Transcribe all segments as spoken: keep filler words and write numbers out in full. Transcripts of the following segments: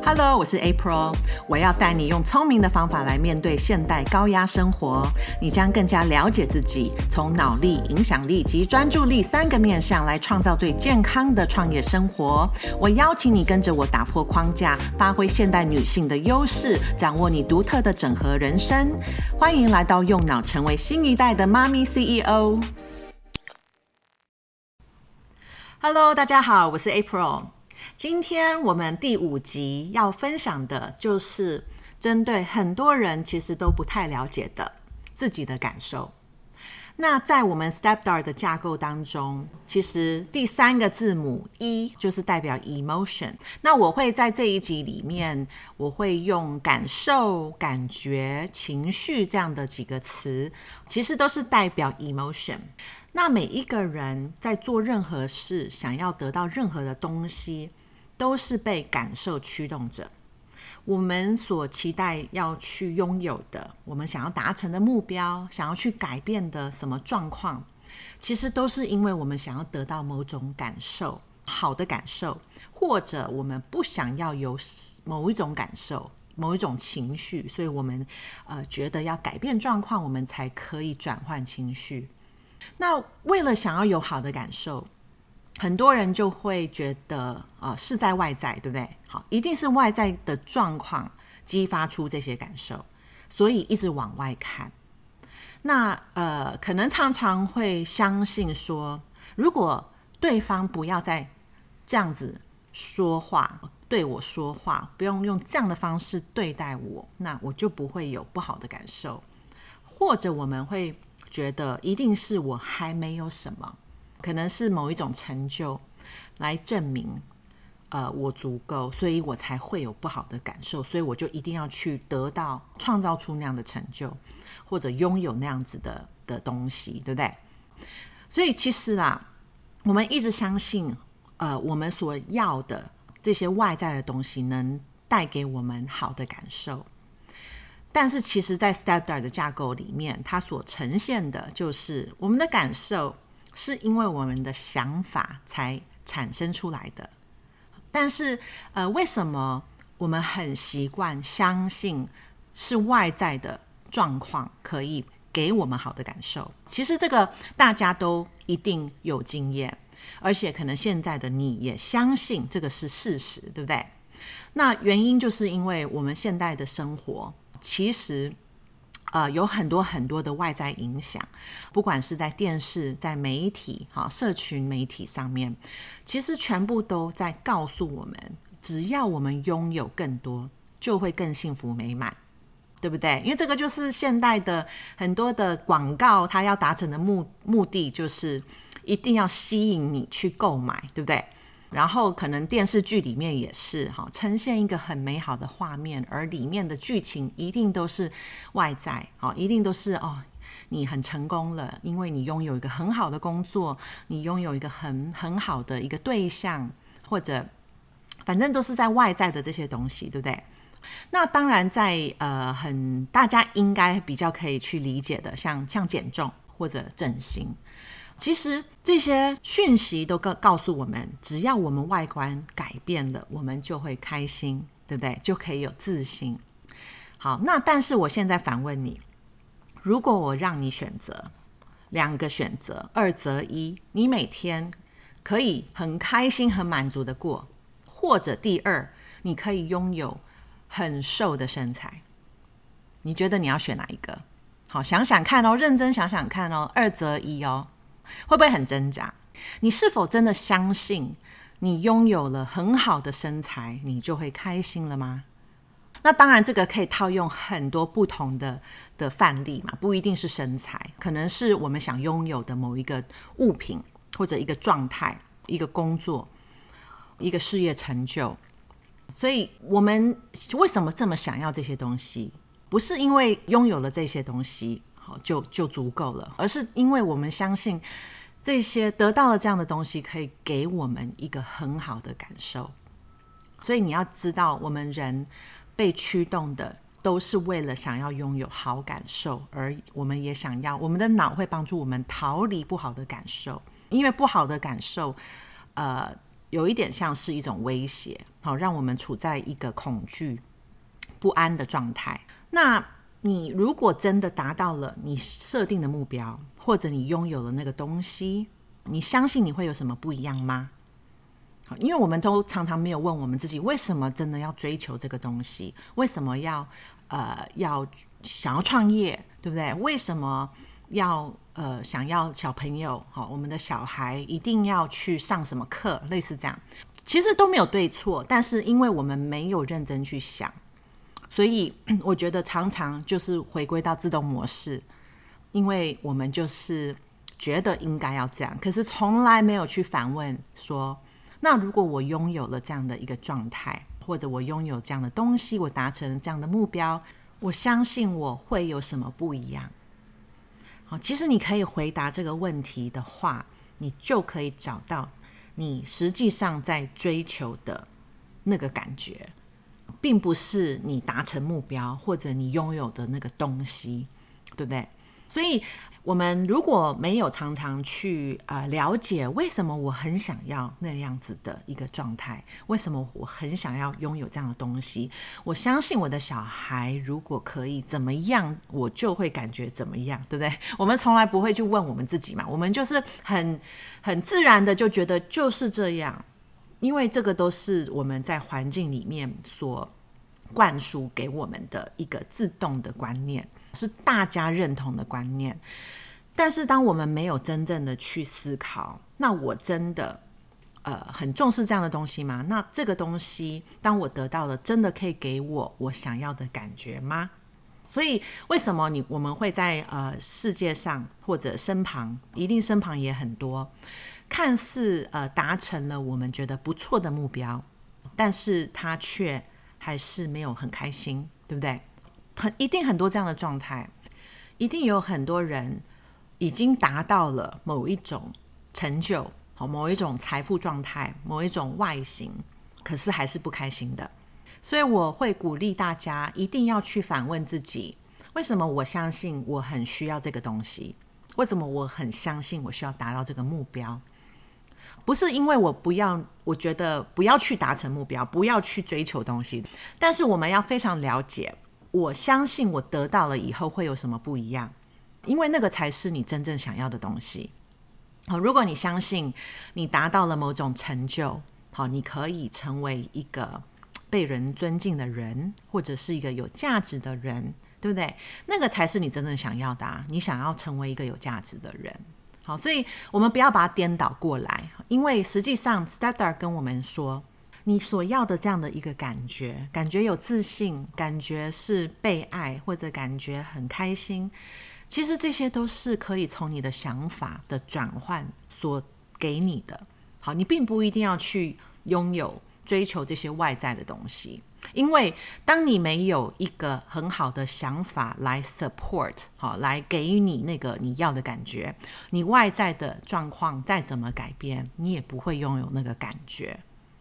Hello， 我是 April， 我要带你用聪明的方法来面对现代高压生活，你将更加了解自己，从脑力、影响力及专注力三个面向来创造最健康的创业生活。我邀请你跟着我打破框架，发挥现代女性的优势，掌握你独特的整合人生。欢迎来到用脑成为新一代的妈咪 C E O。Hello， 大家好，我是 April。今天我们第五集要分享的就是针对很多人其实都不太了解的自己的感受。那在我们 Stepdar 的架构当中，其实第三个字母 E 就是代表 emotion。那我会在这一集里面，我会用感受、感觉、情绪这样的几个词，其实都是代表 emotion。那每一个人在做任何事，想要得到任何的东西，都是被感受驱动着。我们所期待要去拥有的，我们想要达成的目标，想要去改变的什么状况，其实都是因为我们想要得到某种感受，好的感受，或者我们不想要有某一种感受，某一种情绪，所以我们呃觉得要改变状况，我们才可以转换情绪。那为了想要有好的感受，很多人就会觉得呃是在外在，对不对？好，一定是外在的状况激发出这些感受，所以一直往外看。那呃可能常常会相信说，如果对方不要再这样子说话，对我说话，不用用这样的方式对待我，那我就不会有不好的感受。或者我们会觉得一定是我还没有什么，可能是某一种成就来证明呃我足够，所以我才会有不好的感受，所以我就一定要去得到创造出那样的成就，或者拥有那样子的的东西，对不对？所以其实啦，我们一直相信呃我们所要的这些外在的东西能带给我们好的感受。但是其实在 Stepdar 的架构里面，它所呈现的就是我们的感受是因为我们的想法才产生出来的。但是呃，为什么我们很习惯相信是外在的状况可以给我们好的感受？其实这个大家都一定有经验，而且可能现在的你也相信这个是事实，对不对？那原因就是因为我们现代的生活其实呃，有很多很多的外在影响，不管是在电视、在媒体、社群媒体上面，其实全部都在告诉我们，只要我们拥有更多，就会更幸福美满，对不对？因为这个就是现代的很多的广告，它要达成的 目, 目的就是一定要吸引你去购买，对不对？然后可能电视剧里面也是呈现一个很美好的画面，而里面的剧情一定都是外在，一定都是哦，你很成功了，因为你拥有一个很好的工作，你拥有一个很很好的一个对象，或者反正都是在外在的这些东西，对不对？那当然在呃很大家应该比较可以去理解的，像像减重或者整形，其实这些讯息都告诉我们，只要我们外观改变了，我们就会开心，对不对？就可以有自信。好，那但是我现在反问你，如果我让你选择两个选择，二择一，你每天可以很开心很满足的过，或者第二，你可以拥有很瘦的身材，你觉得你要选哪一个？好，想想看哦，认真想想看哦，二择一哦，会不会很挣扎？你是否真的相信你拥有了很好的身材，你就会开心了吗？那当然这个可以套用很多不同的的范例嘛，不一定是身材，可能是我们想拥有的某一个物品，或者一个状态，一个工作，一个事业成就。所以我们为什么这么想要这些东西？不是因为拥有了这些东西就就足够了，而是因为我们相信这些得到了这样的东西可以给我们一个很好的感受。所以你要知道，我们人被驱动的都是为了想要拥有好感受，而我们也想要，我们的脑会帮助我们逃离不好的感受，因为不好的感受呃有一点像是一种威胁，好，让我们处在一个恐惧不安的状态。那你如果真的达到了你设定的目标，或者你拥有了那个东西，你相信你会有什么不一样吗？因为我们都常常没有问我们自己，为什么真的要追求这个东西？为什么要呃要想要创业，对不对？为什么要呃想要小朋友，好，我们的小孩一定要去上什么课，类似这样，其实都没有对错，但是因为我们没有认真去想，所以我觉得常常就是回归到自动模式，因为我们就是觉得应该要这样，可是从来没有去反问说，那如果我拥有了这样的一个状态，或者我拥有这样的东西，我达成了这样的目标，我相信我会有什么不一样？好，其实你可以回答这个问题的话，你就可以找到你实际上在追求的那个感觉，并不是你达成目标或者你拥有的那个东西，对不对？所以我们如果没有常常去呃了解为什么我很想要那样子的一个状态，为什么我很想要拥有这样的东西，我相信我的小孩如果可以怎么样，我就会感觉怎么样，对不对？我们从来不会去问我们自己嘛，我们就是很很自然的就觉得就是这样，因为这个都是我们在环境里面所灌输给我们的一个自动的观念，是大家认同的观念。但是当我们没有真正的去思考，那我真的呃很重视这样的东西吗？那这个东西当我得到了，真的可以给我我想要的感觉吗？所以为什么你我们会在呃世界上或者身旁，一定身旁也很多看似呃达成了我们觉得不错的目标，但是他却还是没有很开心，对不对？很一定很多这样的状态，一定有很多人已经达到了某一种成就，某一种财富状态，某一种外形，可是还是不开心的。所以我会鼓励大家一定要去反问自己，为什么我相信我很需要这个东西？为什么我很相信我需要达到这个目标？不是因为我不要，我觉得不要去达成目标，不要去追求东西，但是我们要非常了解，我相信我得到了以后会有什么不一样，因为那个才是你真正想要的东西。好，如果你相信你达到了某种成就，好，你可以成为一个被人尊敬的人，或者是一个有价值的人，对不对？那个才是你真正想要的啊，你想要成为一个有价值的人。好，所以我们不要把它颠倒过来，因为实际上 Steddard 跟我们说，你所要的这样的一个感觉，感觉有自信，感觉是被爱，或者感觉很开心，其实这些都是可以从你的想法的转换所给你的。好，你并不一定要去拥有追求这些外在的东西，因为当你没有一个很好的想法来 support， 好，来给予你那个你要的感觉，你外在的状况再怎么改变，你也不会拥有那个感觉。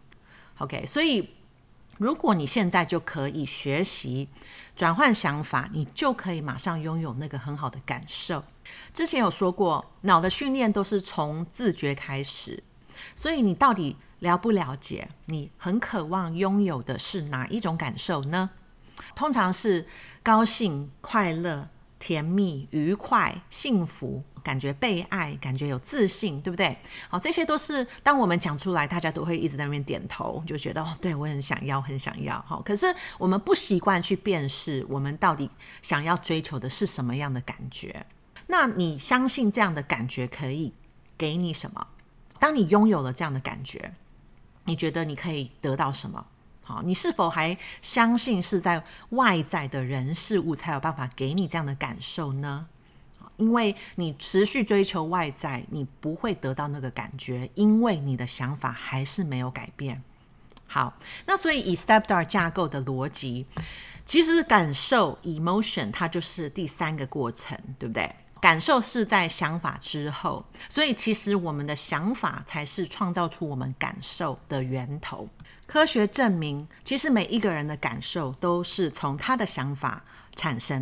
OK， 所以如果你现在就可以学习转换想法，你就可以马上拥有那个很好的感受。之前有说过，脑的训练都是从自觉开始，所以你到底了不了解你很渴望拥有的是哪一种感受呢？通常是高兴、快乐、甜蜜、愉快、幸福，感觉被爱，感觉有自信，对不对？好，这些都是当我们讲出来，大家都会一直在那边点头，就觉得哦，对，我很想要，很想要。好，可是我们不习惯去辨识我们到底想要追求的是什么样的感觉。那你相信这样的感觉可以给你什么？当你拥有了这样的感觉，你觉得你可以得到什么？好，你是否还相信是在外在的人事物才有办法给你这样的感受呢？因为你持续追求外在，你不会得到那个感觉，因为你的想法还是没有改变。好，那所以以 Steddard 架构的逻辑，其实感受 emotion 它就是第三个过程，对不对？感受是在想法之后，所以其实我们的想法才是创造出我们感受的源头。科学证明，其实每一个人的感受都是从他的想法产生的，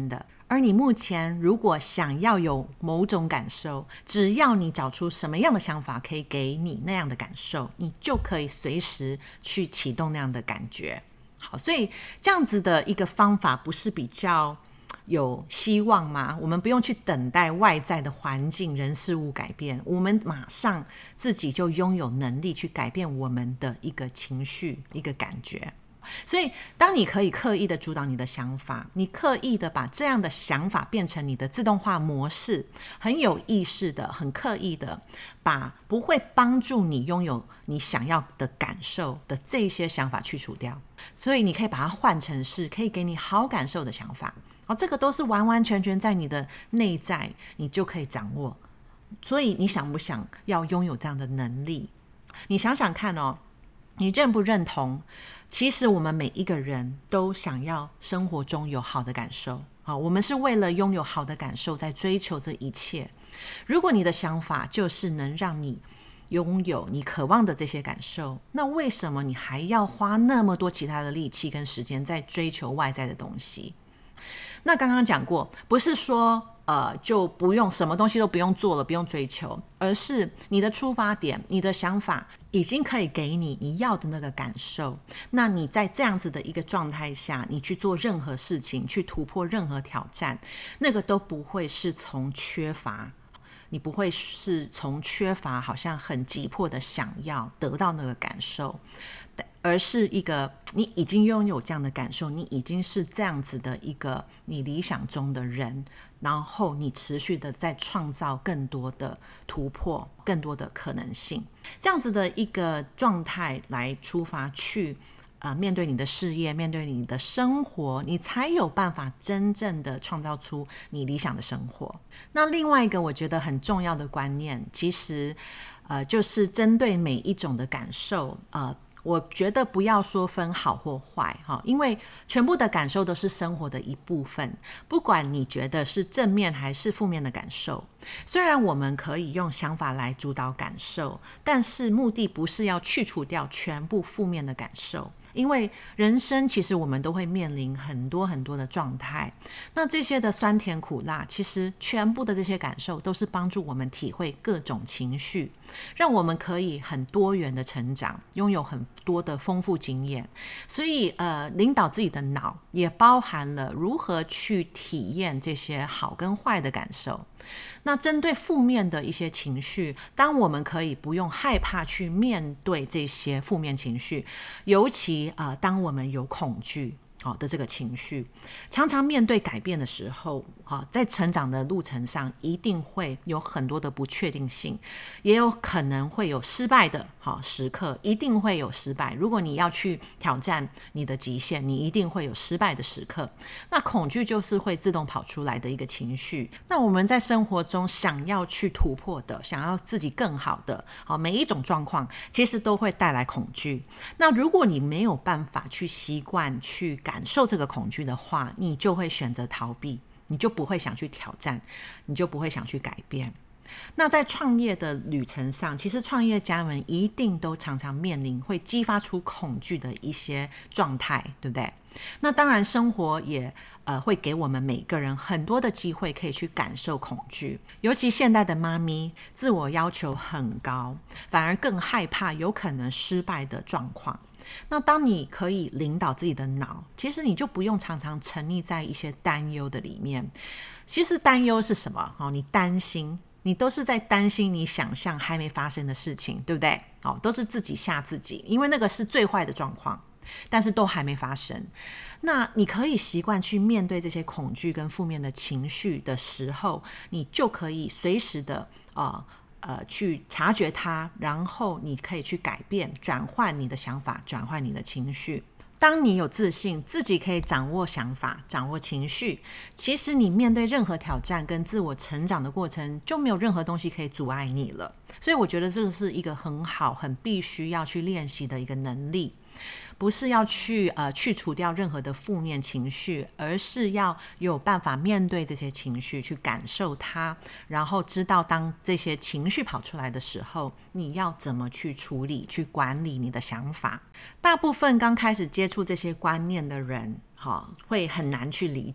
而你目前如果想要有某种感受，只要你找出什么样的想法可以给你那样的感受，你就可以随时去启动那样的感觉。好，所以这样子的一个方法不是比较有希望吗？我们不用去等待外在的环境、人事物改变，我们马上自己就拥有能力去改变我们的一个情绪、一个感觉。所以当你可以刻意的主导你的想法，你刻意的把这样的想法变成你的自动化模式，很有意识的很刻意的把不会帮助你拥有你想要的感受的这些想法去除掉，所以你可以把它换成是可以给你好感受的想法。哦，这个都是完完全全在你的内在你就可以掌握。所以你想不想要拥有这样的能力？你想想看哦，你认不认同其实我们每一个人都想要生活中有好的感受。好，我们是为了拥有好的感受在追求这一切。如果你的想法就是能让你拥有你渴望的这些感受，那为什么你还要花那么多其他的力气跟时间在追求外在的东西？那刚刚讲过，不是说呃就不用什么东西都不用做了，不用追求，而是你的出发点，你的想法已经可以给你你要的那个感受。那你在这样子的一个状态下，你去做任何事情，去突破任何挑战，那个都不会是从缺乏，你不会是从缺乏好像很急迫的想要得到那个感受，而是一个你已经拥有这样的感受，你已经是这样子的一个你理想中的人，然后你持续的在创造更多的突破，更多的可能性，这样子的一个状态来出发去呃，面对你的事业，面对你的生活，你才有办法真正的创造出你理想的生活。那另外一个我觉得很重要的观念，其实呃，就是针对每一种的感受，呃我觉得不要说分好或坏，因为全部的感受都是生活的一部分，不管你觉得是正面还是负面的感受。虽然我们可以用想法来主导感受，但是目的不是要去除掉全部负面的感受，因为人生其实我们都会面临很多很多的状态，那这些的酸甜苦辣，其实全部的这些感受都是帮助我们体会各种情绪，让我们可以很多元的成长，拥有很多的丰富经验。所以呃，领导自己的脑也包含了如何去体验这些好跟坏的感受。那针对负面的一些情绪，当我们可以不用害怕去面对这些负面情绪，尤其呃，当我们有恐惧好的这个情绪，常常面对改变的时候，在成长的路程上一定会有很多的不确定性，也有可能会有失败的时刻，一定会有失败。如果你要去挑战你的极限，你一定会有失败的时刻。那恐惧就是会自动跑出来的一个情绪。那我们在生活中想要去突破的，想要自己更好的，每一种状况其实都会带来恐惧。那如果你没有办法去习惯去感受这个恐惧的话，你就会选择逃避，你就不会想去挑战，你就不会想去改变。那在创业的旅程上，其实创业家们一定都常常面临会激发出恐惧的一些状态，对不对？那当然生活也呃会给我们每个人很多的机会可以去感受恐惧，尤其现代的妈咪自我要求很高，反而更害怕有可能失败的状况。那当你可以领导自己的脑，其实你就不用常常沉溺在一些担忧的里面。其实担忧是什么？你担心，你都是在担心你想象还没发生的事情，对不对？都是自己吓自己，因为那个是最坏的状况，但是都还没发生。那你可以习惯去面对这些恐惧跟负面的情绪的时候，你就可以随时的呃呃，去察觉它，然后你可以去改变，转换你的想法，转换你的情绪。当你有自信，自己可以掌握想法，掌握情绪，其实你面对任何挑战跟自我成长的过程，就没有任何东西可以阻碍你了。所以我觉得这个是一个很好、很必须要去练习的一个能力。不是要去呃去除掉任何的负面情绪，而是要有办法面对这些情绪，去感受它，然后知道当这些情绪跑出来的时候，你要怎么去处理，去管理你的想法。大部分刚开始接触这些观念的人，哦，会很难去理解。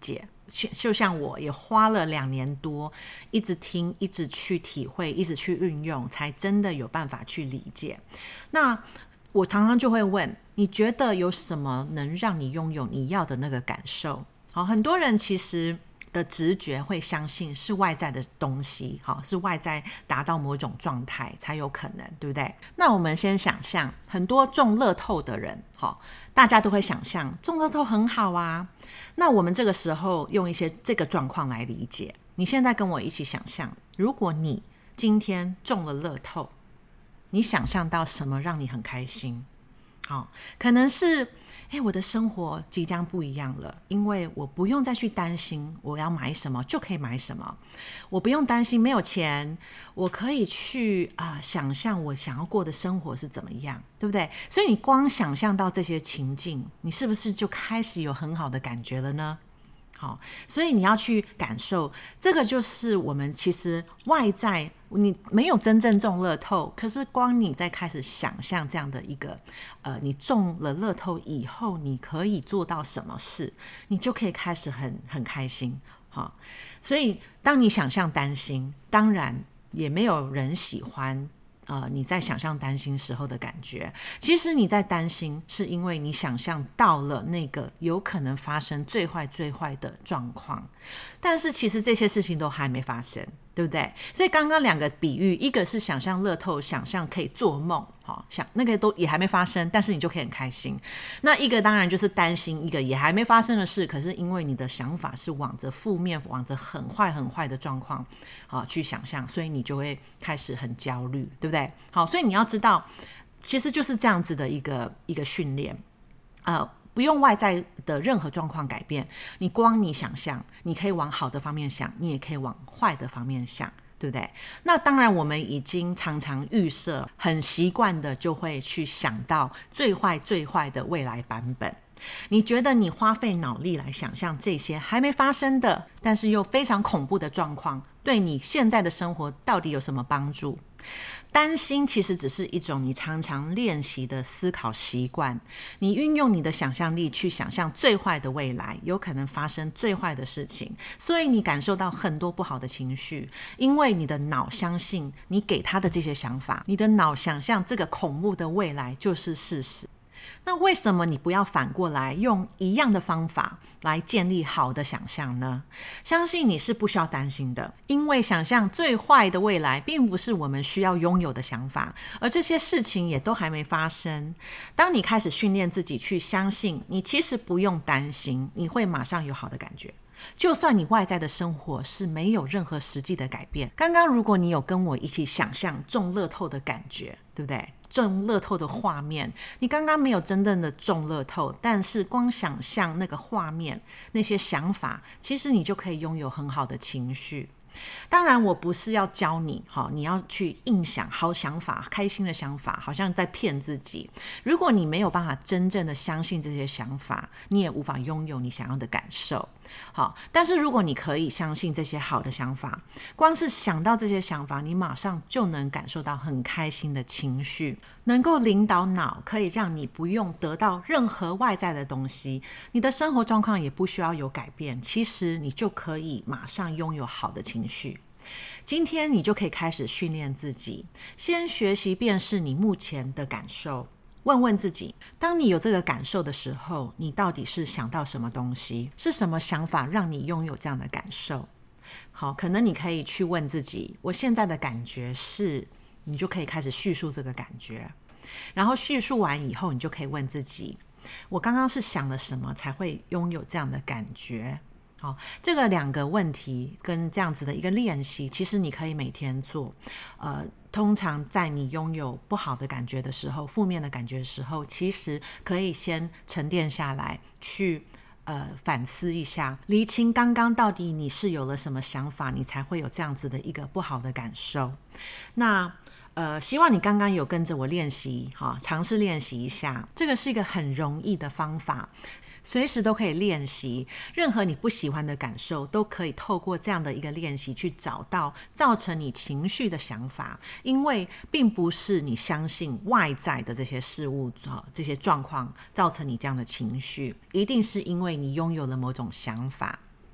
就像我也花了两年多，一直听，一直去体会，一直去运用，才真的有办法去理解。那我常常就会问，你觉得有什么能让你拥有你要的那个感受？好，很多人其实的直觉会相信是外在的东西，好，是外在达到某种状态才有可能，对不对？那我们先想象，很多中乐透的人，好，大家都会想象中乐透很好啊。那我们这个时候用一些这个状况来理解，你现在跟我一起想象，如果你今天中了乐透，你想象到什么让你很开心？好，可能是诶，我的生活即将不一样了，因为我不用再去担心我要买什么就可以买什么，我不用担心没有钱，我可以去、呃、想象我想要过的生活是怎么样，对不对？所以你光想象到这些情境，你是不是就开始有很好的感觉了呢？好，所以你要去感受，这个就是我们其实外在你没有真正中乐透，可是光你在开始想象这样的一个呃，你中了乐透以后你可以做到什么事，你就可以开始很很开心。好，所以当你想象担心，当然也没有人喜欢呃，你在想象担心时候的感觉，其实你在担心是因为你想象到了那个有可能发生最坏最坏的状况，但是其实这些事情都还没发生，对不对？所以刚刚两个比喻，一个是想象乐透，想象可以做梦，好，想那个都也还没发生，但是你就可以很开心。那一个当然就是担心一个也还没发生的事，可是因为你的想法是往着负面，往着很坏很坏的状况好去想象，所以你就会开始很焦虑，对不对？好，所以你要知道其实就是这样子的一个一个训练，呃不用外在的任何状况改变，你光你想象，你可以往好的方面想，你也可以往坏的方面想，对不对？那当然我们已经常常预设，很习惯的就会去想到最坏最坏的未来版本。你觉得你花费脑力来想象这些还没发生的，但是又非常恐怖的状况，对你现在的生活到底有什么帮助？担心其实只是一种你常常练习的思考习惯，你运用你的想象力去想象最坏的未来，有可能发生最坏的事情，所以你感受到很多不好的情绪，因为你的脑相信你给他的这些想法，你的脑想象这个恐怖的未来就是事实。那为什么你不要反过来用一样的方法来建立好的想象呢？相信你是不需要担心的，因为想象最坏的未来并不是我们需要拥有的想法，而这些事情也都还没发生。当你开始训练自己去相信你其实不用担心，你会马上有好的感觉，就算你外在的生活是没有任何实际的改变。刚刚如果你有跟我一起想象中乐透的感觉，对不对？中乐透的画面，你刚刚没有真正的中乐透，但是光想象那个画面，那些想法，其实你就可以拥有很好的情绪。当然我不是要教你你要去硬想好想法，开心的想法，好像在骗自己。如果你没有办法真正的相信这些想法，你也无法拥有你想要的感受。好，但是如果你可以相信这些好的想法，光是想到这些想法，你马上就能感受到很开心的情绪，能够领导脑，可以让你不用得到任何外在的东西，你的生活状况也不需要有改变，其实你就可以马上拥有好的情绪。今天你就可以开始训练自己，先学习辨识你目前的感受，问问自己，当你有这个感受的时候，你到底是想到什么东西？是什么想法让你拥有这样的感受？好，可能你可以去问自己，我现在的感觉是，你就可以开始叙述这个感觉，然后叙述完以后，你就可以问自己，我刚刚是想了什么才会拥有这样的感觉？好，这个两个问题跟这样子的一个练习，其实你可以每天做。呃，通常在你拥有不好的感觉的时候，负面的感觉的时候，其实可以先沉淀下来，去呃反思一下，厘清刚刚到底你是有了什么想法，你才会有这样子的一个不好的感受。那呃，希望你刚刚有跟着我练习，哈，尝试练习一下，这个是一个很容易的方法。随时都可以练习，任何你不喜欢的感受都可以透过这样的一个练习去找到造成你情绪的想法，因为并不是你相信外在的这些事物、这些状况造成你这样的情绪，一定是因为你拥有了某种想法。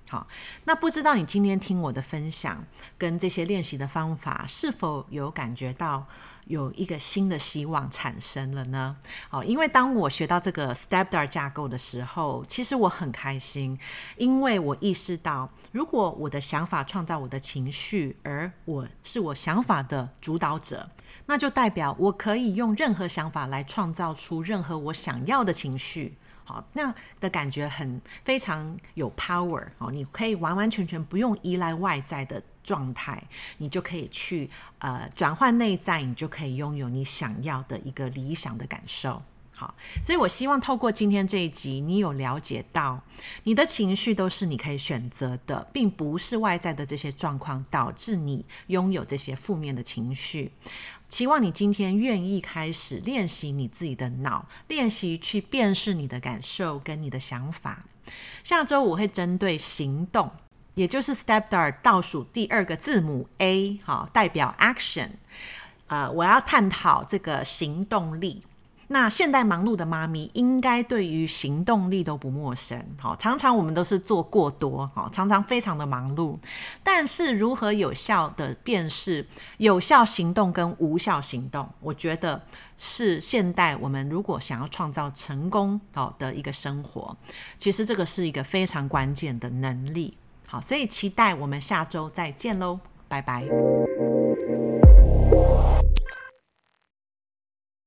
好，那不知道你今天听我的分享跟这些练习的方法，是否有感觉到有一个新的希望产生了呢？哦，因为当我学到这个 Stepdar 架构的时候，其实我很开心，因为我意识到，如果我的想法创造我的情绪，而我是我想法的主导者，那就代表我可以用任何想法来创造出任何我想要的情绪。好，那样的感觉很非常有 power， 你可以完完全全不用依赖外在的状态，你就可以去呃转换内在，你就可以拥有你想要的一个理想的感受。好，所以我希望透过今天这一集，你有了解到你的情绪都是你可以选择的，并不是外在的这些状况导致你拥有这些负面的情绪。期望你今天愿意开始练习你自己的脑，练习去辨识你的感受跟你的想法。下周我会针对行动，也就是 Stepdar 倒数第二个字母 A， 好，代表 action， 呃，我要探讨这个行动力。那现代忙碌的妈咪应该对于行动力都不陌生，常常我们都是做过多，常常非常的忙碌，但是如何有效的辨识有效行动跟无效行动，我觉得是现代我们如果想要创造成功的一个生活，其实这个是一个非常关键的能力。好，所以期待我们下周再见咯，拜拜。